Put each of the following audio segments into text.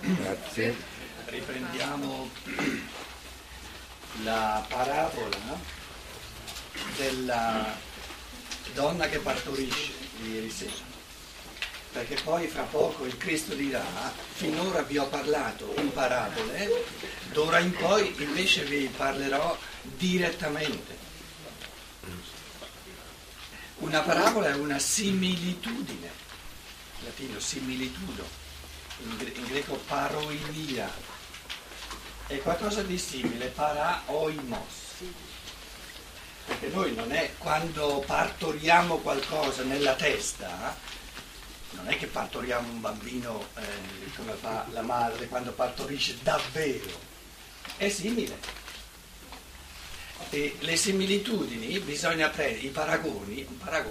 Grazie. Riprendiamo la parabola della donna che partorisce di ieri sera, perché poi fra poco il Cristo dirà: finora vi ho parlato in parabole, d'ora in poi invece vi parlerò direttamente. Una parabola è una similitudine, in latino similitudo, in greco paroinia, è qualcosa di simile, paraoimos. Perché noi non è quando partoriamo qualcosa nella testa, non è che partoriamo un bambino come fa la madre quando partorisce davvero, è simile. E le similitudini bisogna prendere, i paragoni,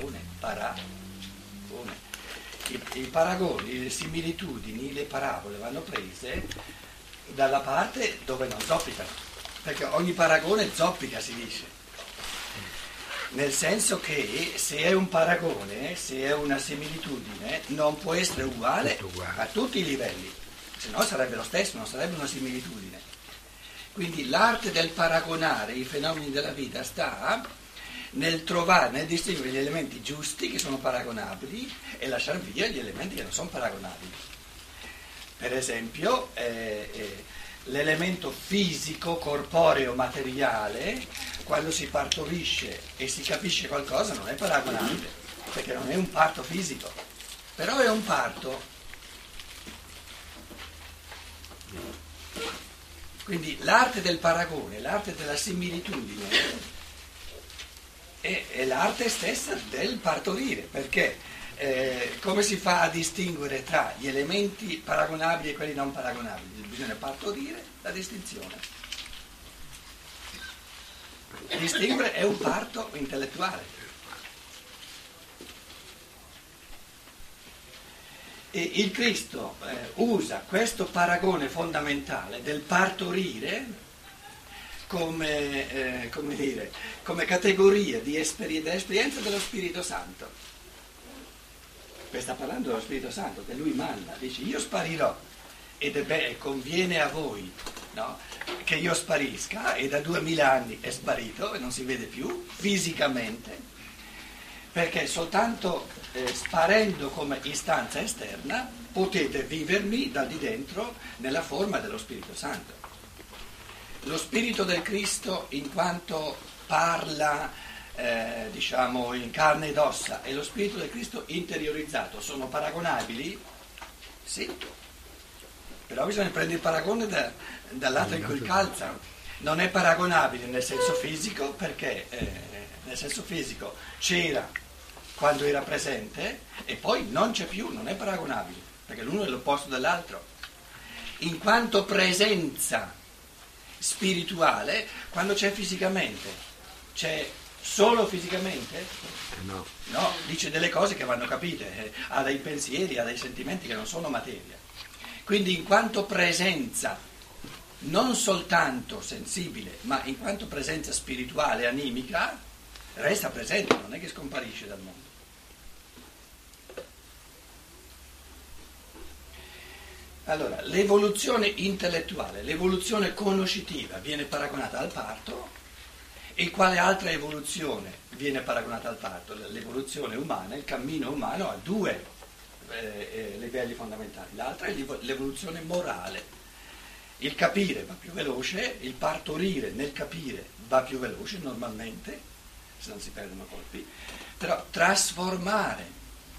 i paragoni, le similitudini, le parabole vanno prese dalla parte dove non zoppicano, perché ogni paragone zoppica, si dice, nel senso che se è un paragone, se è una similitudine, non può essere uguale a tutti i livelli, se no sarebbe lo stesso, non sarebbe una similitudine. Quindi l'arte del paragonare i fenomeni della vita sta nel trovare, nel distinguere gli elementi giusti che sono paragonabili e lasciare via gli elementi che non sono paragonabili. Per esempio, l'elemento fisico, corporeo, materiale, quando si partorisce e si capisce qualcosa, non è paragonabile, perché non è un parto fisico, però è un parto. Quindi l'arte del paragone, l'arte della similitudine è l'arte stessa del partorire, perché come si fa a distinguere tra gli elementi paragonabili e quelli non paragonabili? Bisogna partorire la distinzione. Distinguere è un parto intellettuale. E il Cristo usa questo paragone fondamentale del partorire come categoria dell'esperienza dello Spirito Santo. Poi sta parlando dello Spirito Santo che lui manda, dice: io sparirò ed conviene a voi, no, che io sparisca, e da 2000 anni è sparito e non si vede più fisicamente, perché soltanto sparendo come istanza esterna potete vivermi da di dentro nella forma dello Spirito Santo. Lo Spirito del Cristo, in quanto parla in carne ed ossa, e lo Spirito del Cristo interiorizzato, sono paragonabili? Sì, però bisogna prendere il paragone dal lato in cui calza. Non è paragonabile nel senso fisico, perché nel senso fisico c'era quando era presente e poi non c'è più, non è paragonabile, perché l'uno è l'opposto dell'altro. In quanto presenza spirituale, quando c'è fisicamente, c'è solo fisicamente? No. No, dice delle cose che vanno capite, ha dei pensieri, ha dei sentimenti che non sono materia. Quindi in quanto presenza, non soltanto sensibile, ma in quanto presenza spirituale, animica, resta presente, non è che scomparisce dal mondo. Allora, l'evoluzione intellettuale, l'evoluzione conoscitiva viene paragonata al parto, e quale altra evoluzione viene paragonata al parto? L'evoluzione umana, il cammino umano ha due livelli fondamentali. L'altra è l'evoluzione morale. Il capire va più veloce, il partorire nel capire va più veloce normalmente, se non si perdono colpi, però trasformare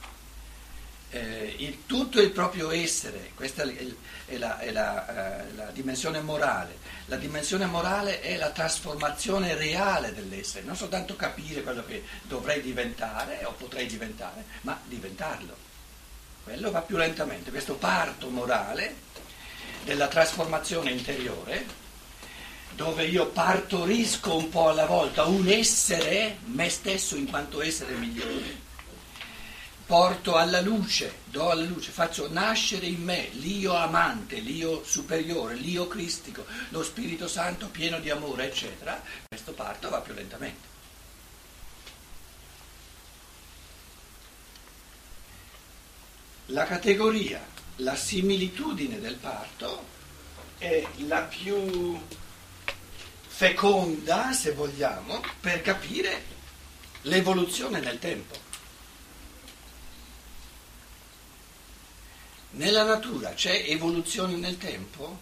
tutto il proprio essere, questa è la dimensione morale. La dimensione morale è la trasformazione reale dell'essere, non soltanto capire quello che dovrei diventare o potrei diventare, ma diventarlo. Quello va più lentamente, questo parto morale della trasformazione interiore, dove io partorisco un po' alla volta un essere, me stesso in quanto essere migliore, porto alla luce, do alla luce, faccio nascere in me l'io amante, l'io superiore, l'io cristico, lo Spirito Santo pieno di amore, eccetera. Questo parto va più lentamente. La categoria la similitudine del parto è la più feconda, se vogliamo, per capire l'evoluzione nel tempo. Nella natura c'è evoluzione nel tempo?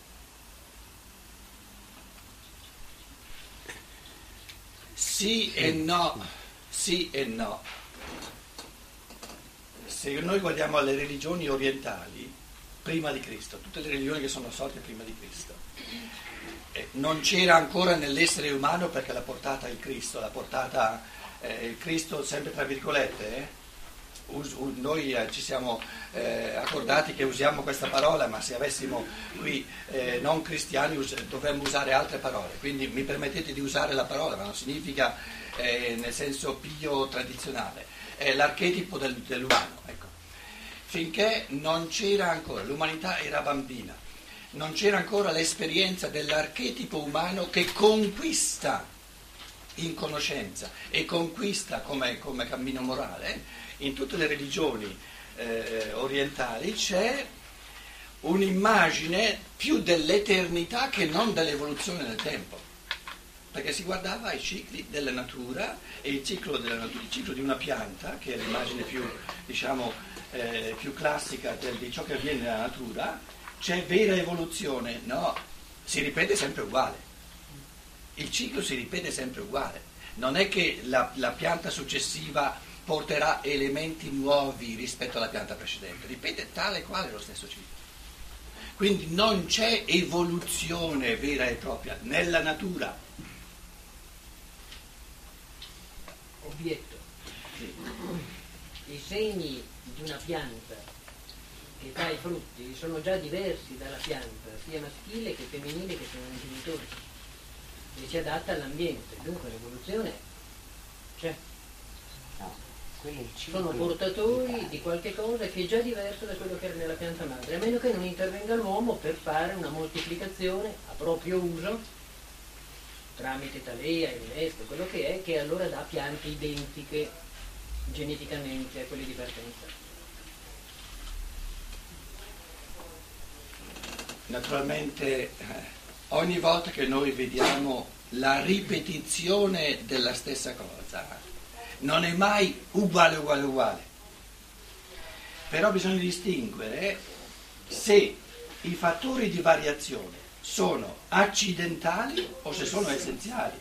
Sì e no, sì e no. Se noi guardiamo alle religioni orientali, prima di Cristo, tutte le religioni che sono sorte prima di Cristo, non c'era ancora nell'essere umano perché l'ha portata il Cristo, il Cristo sempre tra virgolette, noi ci siamo accordati che usiamo questa parola, ma se avessimo qui non cristiani dovremmo usare altre parole, quindi mi permettete di usare la parola, ma non significa nel senso pio tradizionale, è l'archetipo dell'umano, ecco. Finché non c'era ancora, l'umanità era bambina, non c'era ancora l'esperienza dell'archetipo umano che conquista in conoscenza e conquista come cammino morale. In tutte le religioni orientali c'è un'immagine più dell'eternità che non dell'evoluzione nel tempo, perché si guardava ai cicli della natura e il ciclo della natura, il ciclo di una pianta, che è l'immagine più, diciamo, più classica di ciò che avviene nella natura. C'è vera evoluzione? No, si ripete sempre uguale, il ciclo si ripete sempre uguale, non è che la pianta successiva porterà elementi nuovi rispetto alla pianta precedente, ripete tale e quale lo stesso ciclo. Quindi non c'è evoluzione vera e propria nella natura. Obietto. Sì. I segni di una pianta che dà i frutti sono già diversi dalla pianta, sia maschile che femminile che sono i genitori, e si adatta all'ambiente, dunque l'evoluzione c'è. Sono portatori di qualche cosa che è già diverso da quello che era nella pianta madre, a meno che non intervenga l'uomo per fare una moltiplicazione a proprio uso tramite talea, innesto, quello che allora dà piante identiche geneticamente a quelle di partenza. Naturalmente ogni volta che noi vediamo la ripetizione della stessa cosa non è mai uguale, però bisogna distinguere se i fattori di variazione sono accidentali o se sono essenziali.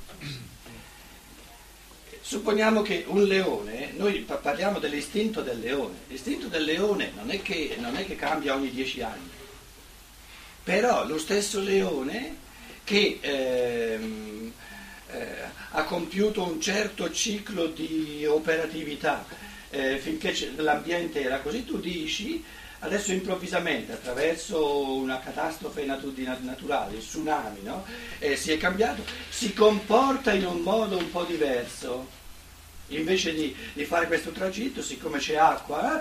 Supponiamo che un leone, noi parliamo dell'istinto del leone, l'istinto del leone non è che cambia ogni 10 anni, però lo stesso leone che ha compiuto un certo ciclo di operatività finché l'ambiente era così, tu dici adesso improvvisamente attraverso una catastrofe naturale, il tsunami, no? Si è cambiato, si comporta in un modo un po' diverso, invece di fare questo tragitto, siccome c'è acqua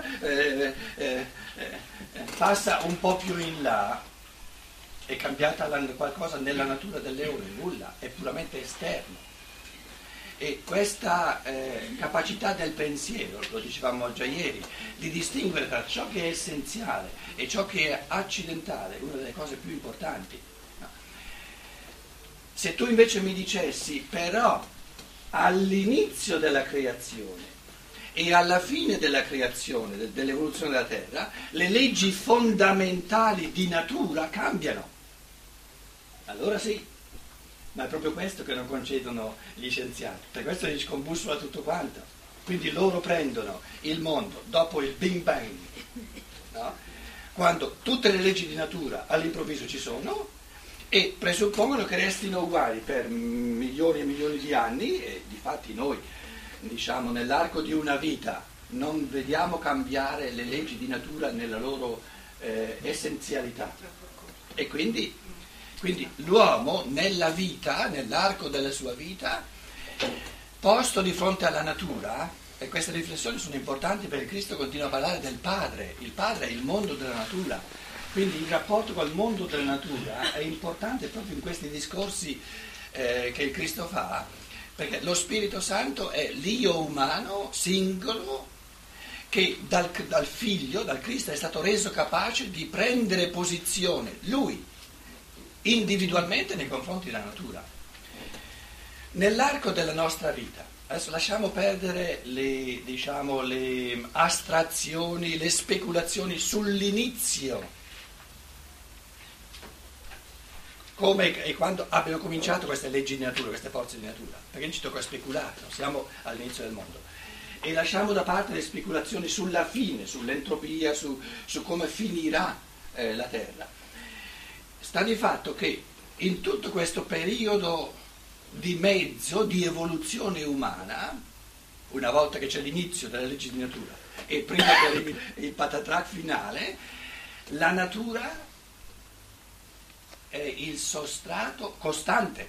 passa un po' più in là. È cambiata qualcosa nella natura del leone? Nulla, è puramente esterno. E questa capacità del pensiero, lo dicevamo già ieri, di distinguere tra ciò che è essenziale e ciò che è accidentale, è una delle cose più importanti. No. Se tu invece mi dicessi, però, all'inizio della creazione e alla fine della creazione, dell'evoluzione della Terra, le leggi fondamentali di natura cambiano. Allora sì, ma è proprio questo che non concedono gli scienziati, per questo gli scombussola tutto quanto. Quindi loro prendono il mondo dopo il Big Bang, no? Quando tutte le leggi di natura all'improvviso ci sono, e presuppongono che restino uguali per milioni e milioni di anni, e difatti noi, diciamo, nell'arco di una vita non vediamo cambiare le leggi di natura nella loro essenzialità. E quindi l'uomo nella vita, nell'arco della sua vita, posto di fronte alla natura, e queste riflessioni sono importanti perché Cristo continua a parlare del Padre, il Padre è il mondo della natura, quindi il rapporto col mondo della natura è importante proprio in questi discorsi che il Cristo fa, perché lo Spirito Santo è l'io umano singolo che dal figlio, dal Cristo, è stato reso capace di prendere posizione, lui, individualmente nei confronti della natura. Nell'arco della nostra vita, adesso lasciamo perdere le astrazioni, le speculazioni sull'inizio, come e quando abbiamo cominciato queste leggi di natura, queste forze di natura, perché ci tocca speculare, non siamo all'inizio del mondo. E lasciamo da parte le speculazioni sulla fine, sull'entropia, su come finirà la Terra. Sta di fatto che in tutto questo periodo di mezzo, di evoluzione umana, una volta che c'è l'inizio delle leggi di natura e prima che arrivi il patatrac finale, la natura è il sostrato costante.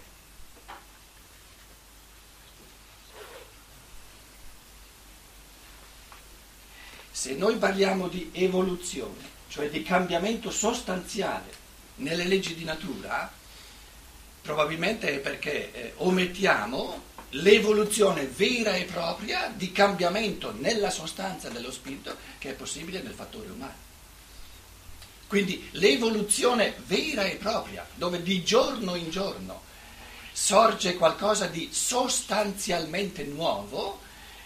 Se noi parliamo di evoluzione, cioè di cambiamento sostanziale nelle leggi di natura, probabilmente è perché omettiamo l'evoluzione vera e propria di cambiamento nella sostanza dello spirito che è possibile nel fattore umano. Quindi l'evoluzione vera e propria, dove di giorno in giorno sorge qualcosa di sostanzialmente nuovo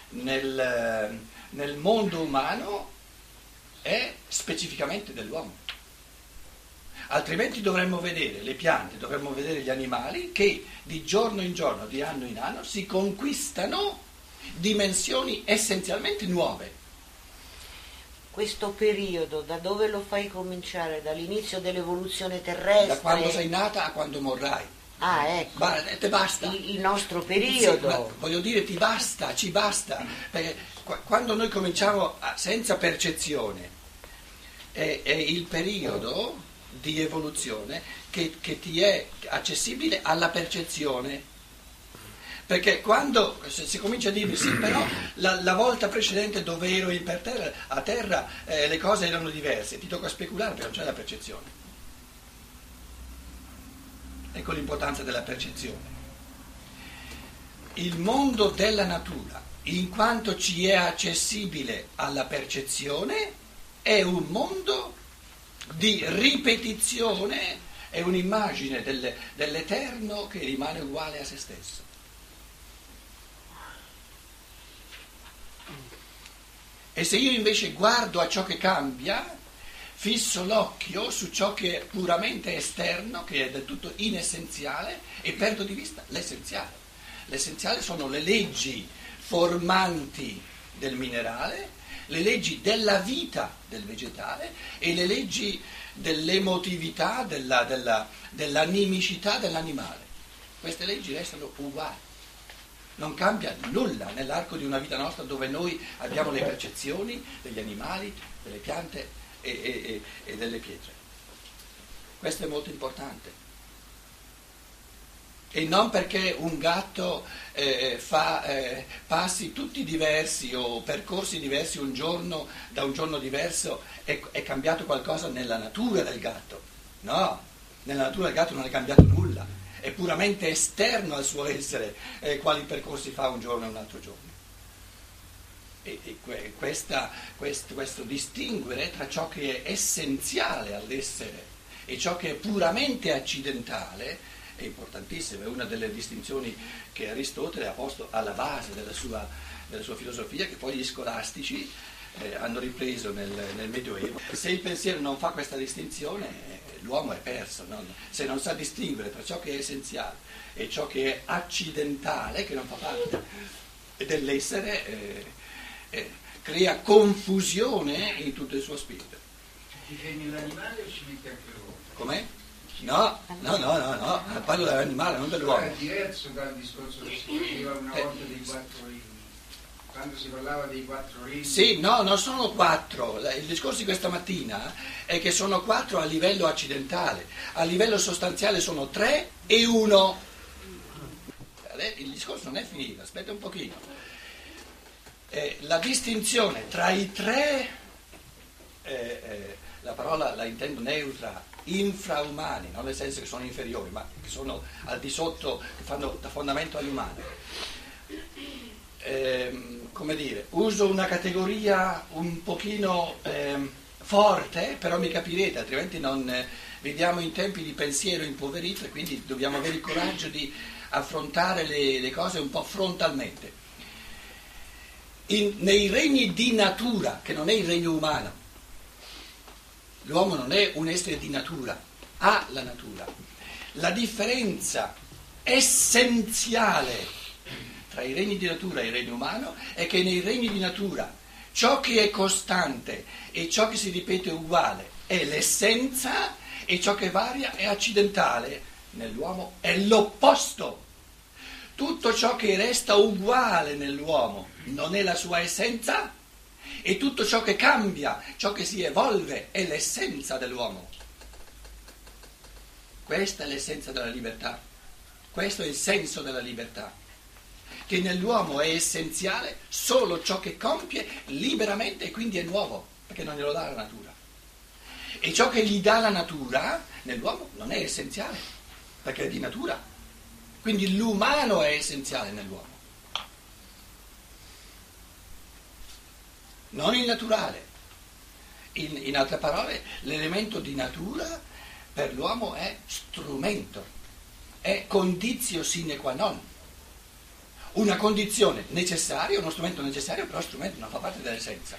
nel mondo umano, è specificamente dell'uomo. Altrimenti dovremmo vedere le piante, dovremmo vedere gli animali che di giorno in giorno, di anno in anno, si conquistano dimensioni essenzialmente nuove. Questo periodo da dove lo fai cominciare? Dall'inizio dell'evoluzione terrestre? Da quando sei nata a quando morrai. Ah, ecco. Te basta. Il nostro periodo. Sì, voglio dire, ti basta, ci basta. Perché quando noi cominciamo senza percezione, è il periodo di evoluzione che ti è accessibile alla percezione. Perché quando si comincia a dirmi sì, però la volta precedente dove ero a terra le cose erano diverse, ti tocca speculare perché non c'è la percezione. Ecco l'importanza della percezione. Il mondo della natura, in quanto ci è accessibile alla percezione, è un mondo di ripetizione, è un'immagine dell'eterno che rimane uguale a se stesso. E se io invece guardo a ciò che cambia, fisso l'occhio su ciò che è puramente esterno, che è del tutto inessenziale, e perdo di vista l'essenziale. L'essenziale sono le leggi formanti del minerale, le leggi della vita del vegetale e le leggi dell'emotività, dell'animicità dell'animale. Queste leggi restano uguali. Non cambia nulla nell'arco di una vita nostra dove noi abbiamo le percezioni degli animali, delle piante e delle pietre. Questo è molto importante. E non perché un gatto fa passi tutti diversi o percorsi diversi un giorno, da un giorno diverso, è cambiato qualcosa nella natura del gatto. No, nella natura del gatto non è cambiato nulla. È puramente esterno al suo essere quali percorsi fa un giorno e un altro giorno. Questo distinguere tra ciò che è essenziale all'essere e ciò che è puramente accidentale è importantissimo, è una delle distinzioni che Aristotele ha posto alla base della sua filosofia, che poi gli scolastici hanno ripreso nel Medioevo. Se il pensiero non fa questa distinzione, l'uomo è perso, no? Se non sa distinguere tra ciò che è essenziale e ciò che è accidentale, che non fa parte dell'essere, crea confusione in tutto il suo spirito. Disegni l'animale o ci metti anche l'uomo? Com'è? No, parlo dell'animale, non dell'uomo. È diverso dal discorso che si faceva una volta dei 4 regni. Quando si parlava dei 4 regni. Sì, no, non sono 4. Il discorso di questa mattina è che sono 4 a livello accidentale. A livello sostanziale sono 3 e 1. Il discorso non è finito, aspetta un pochino. La distinzione tra i 3, la parola la intendo neutra, infraumani, non nel senso che sono inferiori, ma che sono al di sotto, che fanno da fondamento all'umano. come dire, uso una categoria un pochino forte, però mi capirete, altrimenti non viviamo in tempi di pensiero impoverito e quindi dobbiamo avere il coraggio di affrontare le cose un po' frontalmente. Nei regni di natura, che non è il regno umano, l'uomo non è un essere di natura, ha la natura. La differenza essenziale tra i regni di natura e il regno umano è che nei regni di natura ciò che è costante e ciò che si ripete uguale è l'essenza e ciò che varia è accidentale. Nell'uomo è l'opposto. Tutto ciò che resta uguale nell'uomo non è la sua essenza e tutto ciò che cambia, ciò che si evolve è l'essenza dell'uomo. Questa è l'essenza della libertà, questo è il senso della libertà, che nell'uomo è essenziale solo ciò che compie liberamente e quindi è nuovo, perché non glielo dà la natura. E ciò che gli dà la natura nell'uomo non è essenziale, perché è di natura. Quindi l'umano è essenziale nell'uomo, non il naturale. In altre parole, l'elemento di natura per l'uomo è strumento, è conditio sine qua non. Una condizione necessaria, uno strumento necessario, però strumento non fa parte dell'essenza.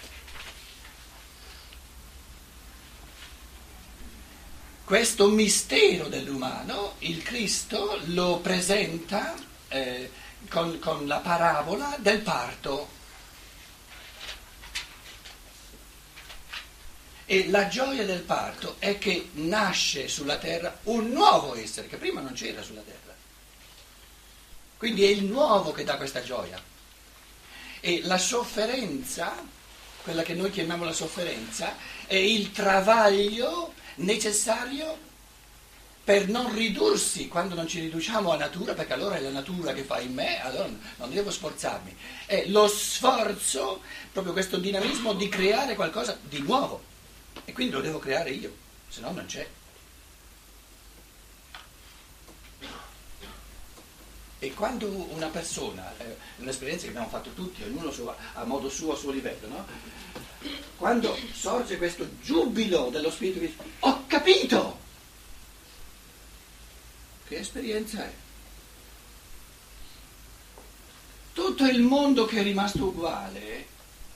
Questo mistero dell'umano, il Cristo lo presenta con la parabola del parto. E la gioia del parto è che nasce sulla terra un nuovo essere, che prima non c'era sulla terra. Quindi è il nuovo che dà questa gioia. E la sofferenza, quella che noi chiamiamo la sofferenza, è il travaglio necessario per non ridursi quando non ci riduciamo a natura, perché allora è la natura che fa in me, allora non devo sforzarmi. È lo sforzo, proprio questo dinamismo di creare qualcosa di nuovo. E quindi lo devo creare io, se no non c'è. E quando una persona, un'esperienza che abbiamo fatto tutti, ognuno a modo suo, a suo livello, no? Quando sorge questo giubilo dello Spirito che dice, ho capito! Che esperienza è? Tutto il mondo che è rimasto uguale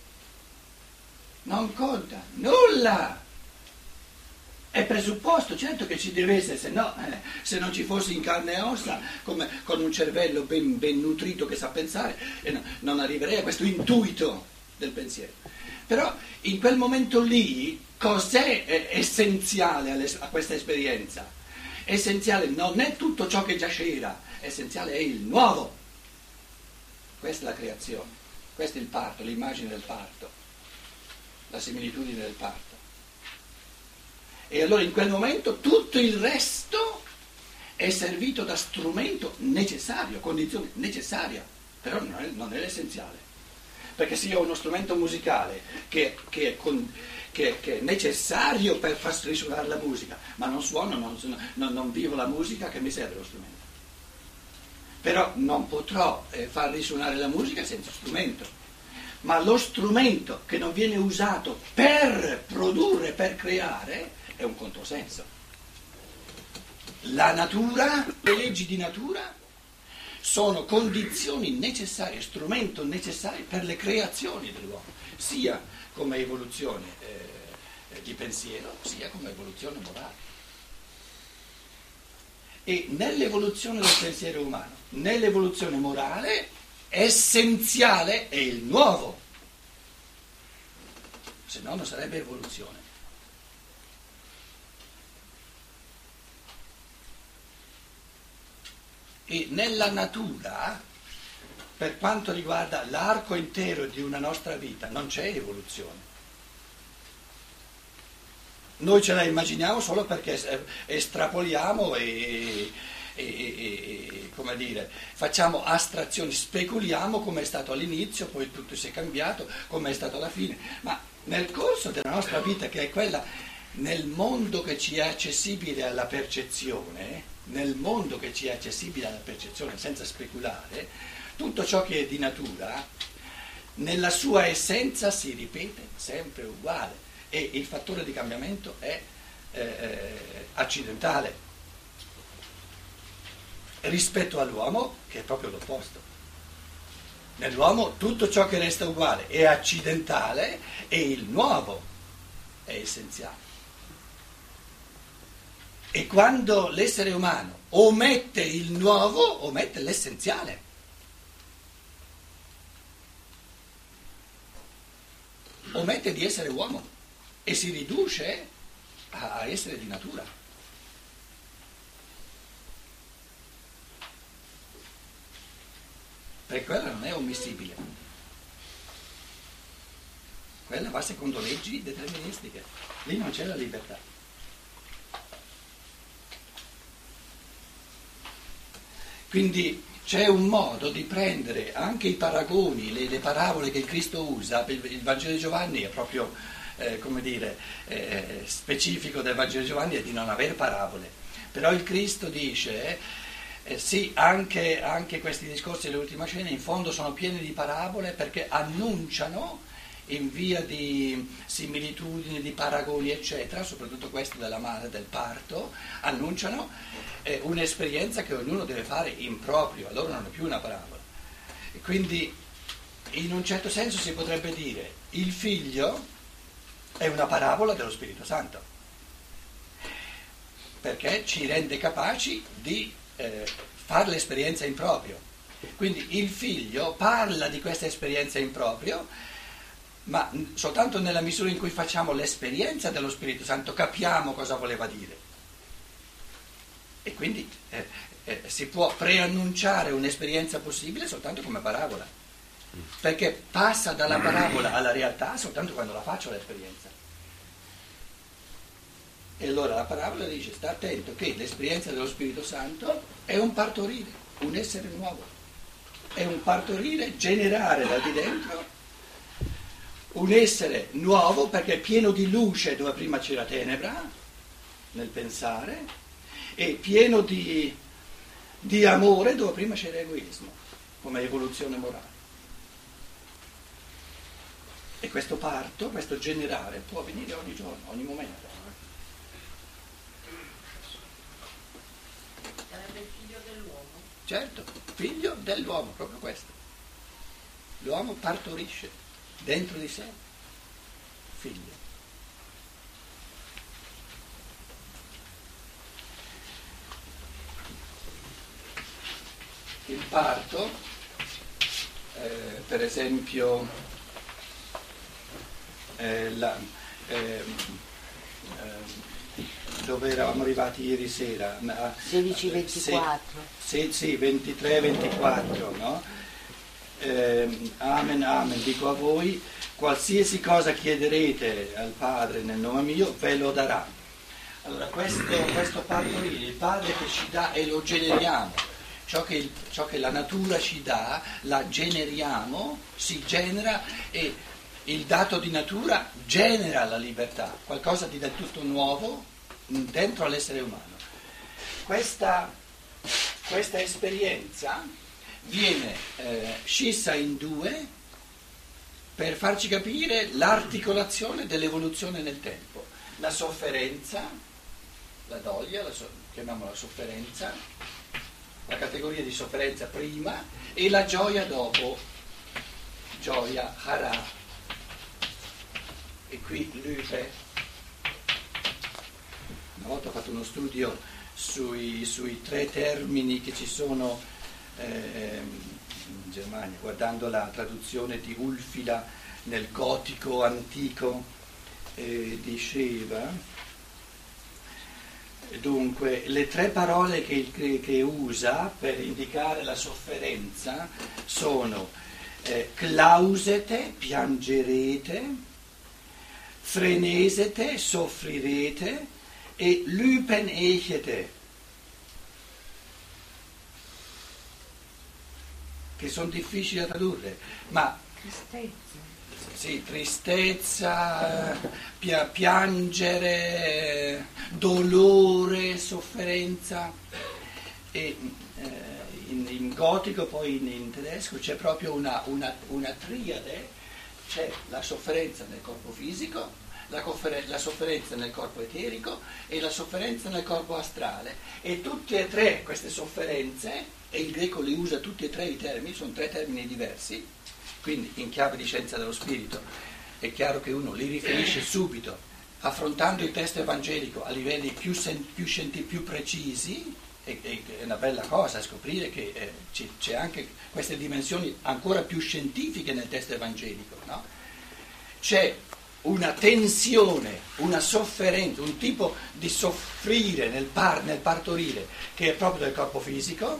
non conta nulla. È presupposto, certo che ci deve essere, se non ci fosse in carne e ossa, come con un cervello ben nutrito che sa pensare, non arriverei a questo intuito del pensiero. Però in quel momento lì, cos'è essenziale a questa esperienza? Essenziale non è tutto ciò che già c'era, essenziale è il nuovo. Questa è la creazione, questo è il parto, l'immagine del parto, la similitudine del parto. E allora in quel momento tutto il resto è servito da strumento necessario, condizione necessaria, però non è l'essenziale. Perché se io ho uno strumento musicale che è necessario per far risuonare la musica, ma non suono, non vivo la musica, che mi serve lo strumento? Però non potrò far risuonare la musica senza strumento. Ma lo strumento che non viene usato per produrre, per creare, è un controsenso. La natura, le leggi di natura sono condizioni necessarie, strumento necessario per le creazioni dell'uomo, sia come evoluzione di pensiero, sia come evoluzione morale. E nell'evoluzione del pensiero umano, nell'evoluzione morale, essenziale è il nuovo, se no non sarebbe evoluzione. E nella natura, per quanto riguarda l'arco intero di una nostra vita, non c'è evoluzione. Noi ce la immaginiamo solo perché estrapoliamo e come dire, facciamo astrazioni, speculiamo come è stato all'inizio, poi tutto si è cambiato, come è stato alla fine. Ma nel corso della nostra vita, che è quella nel mondo che ci è accessibile alla percezione, senza speculare, tutto ciò che è di natura nella sua essenza si ripete sempre uguale e il fattore di cambiamento è accidentale rispetto all'uomo, che è proprio l'opposto. Nell'uomo tutto ciò che resta uguale è accidentale e il nuovo è essenziale. E quando l'essere umano omette il nuovo, omette l'essenziale. Omette di essere uomo e si riduce a essere di natura. Perché quella non è ommissibile. Quella va secondo leggi deterministiche. Lì non c'è la libertà. Quindi c'è un modo di prendere anche i paragoni, le parabole che Cristo usa. Il Vangelo di Giovanni è proprio, specifico del Vangelo di Giovanni è di non avere parabole. Però il Cristo dice, sì, anche questi discorsi dell'ultima cena in fondo sono pieni di parabole perché annunciano, in via di similitudini, di paragoni, eccetera, soprattutto questo della madre del parto, annunciano un'esperienza che ognuno deve fare in proprio, allora non è più una parabola. E quindi in un certo senso si potrebbe dire il figlio è una parabola dello Spirito Santo, perché ci rende capaci di fare l'esperienza in proprio. Quindi il figlio parla di questa esperienza in proprio, ma soltanto nella misura in cui facciamo l'esperienza dello Spirito Santo capiamo cosa voleva dire. E quindi si può preannunciare un'esperienza possibile soltanto come parabola, perché passa dalla parabola alla realtà soltanto quando la faccio l'esperienza. E allora la parabola dice: sta attento che l'esperienza dello Spirito Santo è un partorire, un essere nuovo, è un partorire, generare da di dentro un essere nuovo, perché è pieno di luce dove prima c'era tenebra nel pensare, e pieno di amore dove prima c'era egoismo, come evoluzione morale. E questo parto, questo generare può avvenire ogni giorno, ogni momento. Sarebbe il figlio dell'uomo? Certo, figlio dell'uomo, proprio questo. L'uomo partorisce dentro di sé figlio. Il parto, per esempio, dove eravamo arrivati ieri sera? 16-24. Sì, 23-24, no? Amen, amen, dico a voi, qualsiasi cosa chiederete al Padre nel nome mio, ve lo darà. Allora questo partorire, il Padre che ci dà e lo generiamo, ciò che la natura ci dà, la generiamo, si genera, e il dato di natura genera la libertà, qualcosa di del tutto nuovo dentro all'essere umano. Questa esperienza viene scissa in due per farci capire l'articolazione dell'evoluzione nel tempo. La sofferenza, la doglia, chiamiamola sofferenza, la categoria di sofferenza prima, e la gioia dopo, gioia, hara. E qui Lübe, una volta ho fatto uno studio sui 3 termini che ci sono in Germania, guardando la traduzione di Ulfila nel gotico antico, diceva, dunque, le 3 parole che usa per indicare la sofferenza sono clausete, piangerete, frenesete, soffrirete, e lypen echete, che sono difficili da tradurre, ma sì, tristezza, piangere, dolore, sofferenza. E in gotico, poi in tedesco c'è proprio una triade, c'è la sofferenza nel corpo fisico, la sofferenza nel corpo eterico e la sofferenza nel corpo astrale, e tutte e tre queste sofferenze, e il greco li usa tutti e tre i termini, sono tre termini diversi, quindi in chiave di scienza dello spirito è chiaro che uno li riferisce subito, affrontando il testo evangelico a livelli più precisi. È una bella cosa scoprire che c'è anche queste dimensioni ancora più scientifiche nel testo evangelico, no? C'è una tensione, una sofferenza, un tipo di soffrire nel partorire che è proprio del corpo fisico.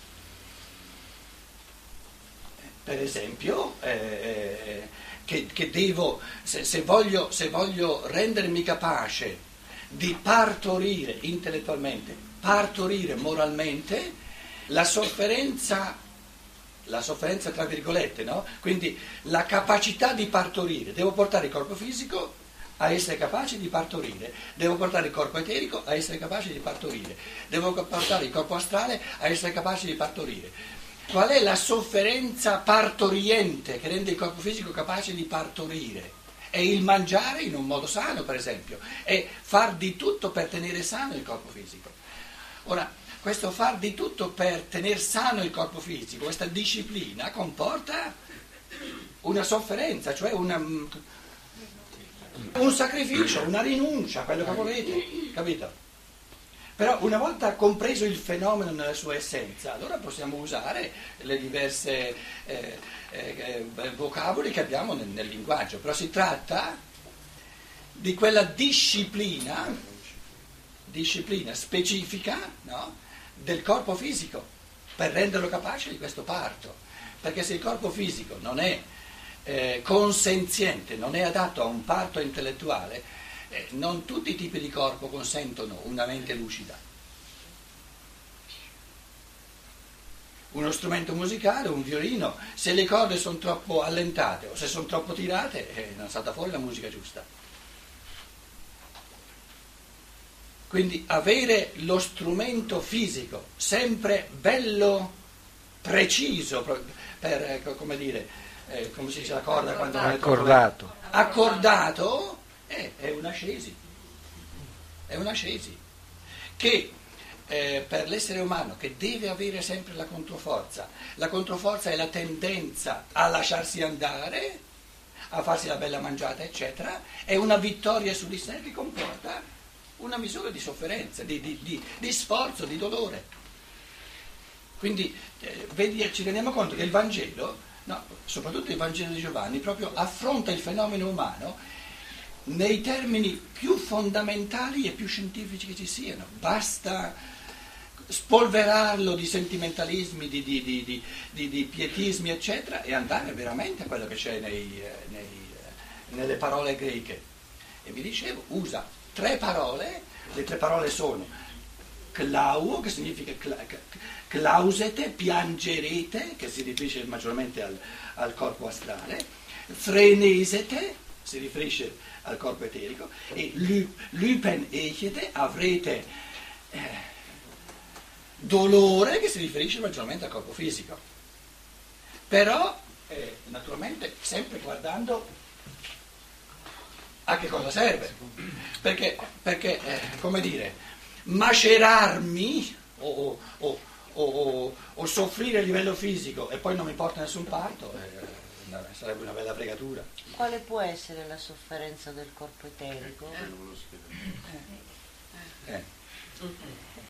Per esempio, che devo, se voglio rendermi capace di partorire intellettualmente, partorire moralmente, la sofferenza tra virgolette, no? Quindi la capacità di partorire, devo portare il corpo fisico a essere capace di partorire, devo portare il corpo eterico a essere capace di partorire, devo portare il corpo astrale a essere capace di partorire. Qual è la sofferenza partoriente che rende il corpo fisico capace di partorire? È il mangiare in un modo sano, per esempio, è far di tutto per tenere sano il corpo fisico. Ora, questo far di tutto per tenere sano il corpo fisico, questa disciplina comporta una sofferenza, cioè un sacrificio, una rinuncia, quello che volete, capito? Però una volta compreso il fenomeno nella sua essenza, allora possiamo usare le diverse vocaboli che abbiamo nel linguaggio, però si tratta di quella disciplina specifica, no? Del corpo fisico per renderlo capace di questo parto, perché se il corpo fisico non è consenziente, non è adatto a un parto intellettuale, non tutti i tipi di corpo consentono una mente lucida. Uno strumento musicale, un violino, se le corde sono troppo allentate o se sono troppo tirate, non salta fuori la musica giusta. Quindi avere lo strumento fisico sempre bello, preciso, come dire, come si dice la corda quando non è accordato, è un'ascesi. È un'ascesi che per l'essere umano, che deve avere sempre la controforza è la tendenza a lasciarsi andare, a farsi la bella mangiata, eccetera, è una vittoria su di sé che comporta una misura di sofferenza, di sforzo, di dolore. Quindi ci rendiamo conto che il Vangelo, no, soprattutto il Vangelo di Giovanni, proprio affronta il fenomeno umano nei termini più fondamentali e più scientifici che ci siano. Basta spolverarlo di sentimentalismi, di pietismi, eccetera, e andare veramente a quello che c'è nelle parole greche. E vi dicevo, usa tre parole, le tre parole sono klauo, che significa clausete, piangerete, che si riferisce maggiormente al corpo astrale, frenesete, si riferisce al corpo eterico, e lupen echete, avrete dolore, che si riferisce maggiormente al corpo fisico. Però, naturalmente, sempre guardando a che cosa serve, perché come dire, macerarmi o soffrire a livello fisico e poi non mi porta a nessun parto, sarebbe una bella fregatura. Quale può essere la sofferenza del corpo eterico?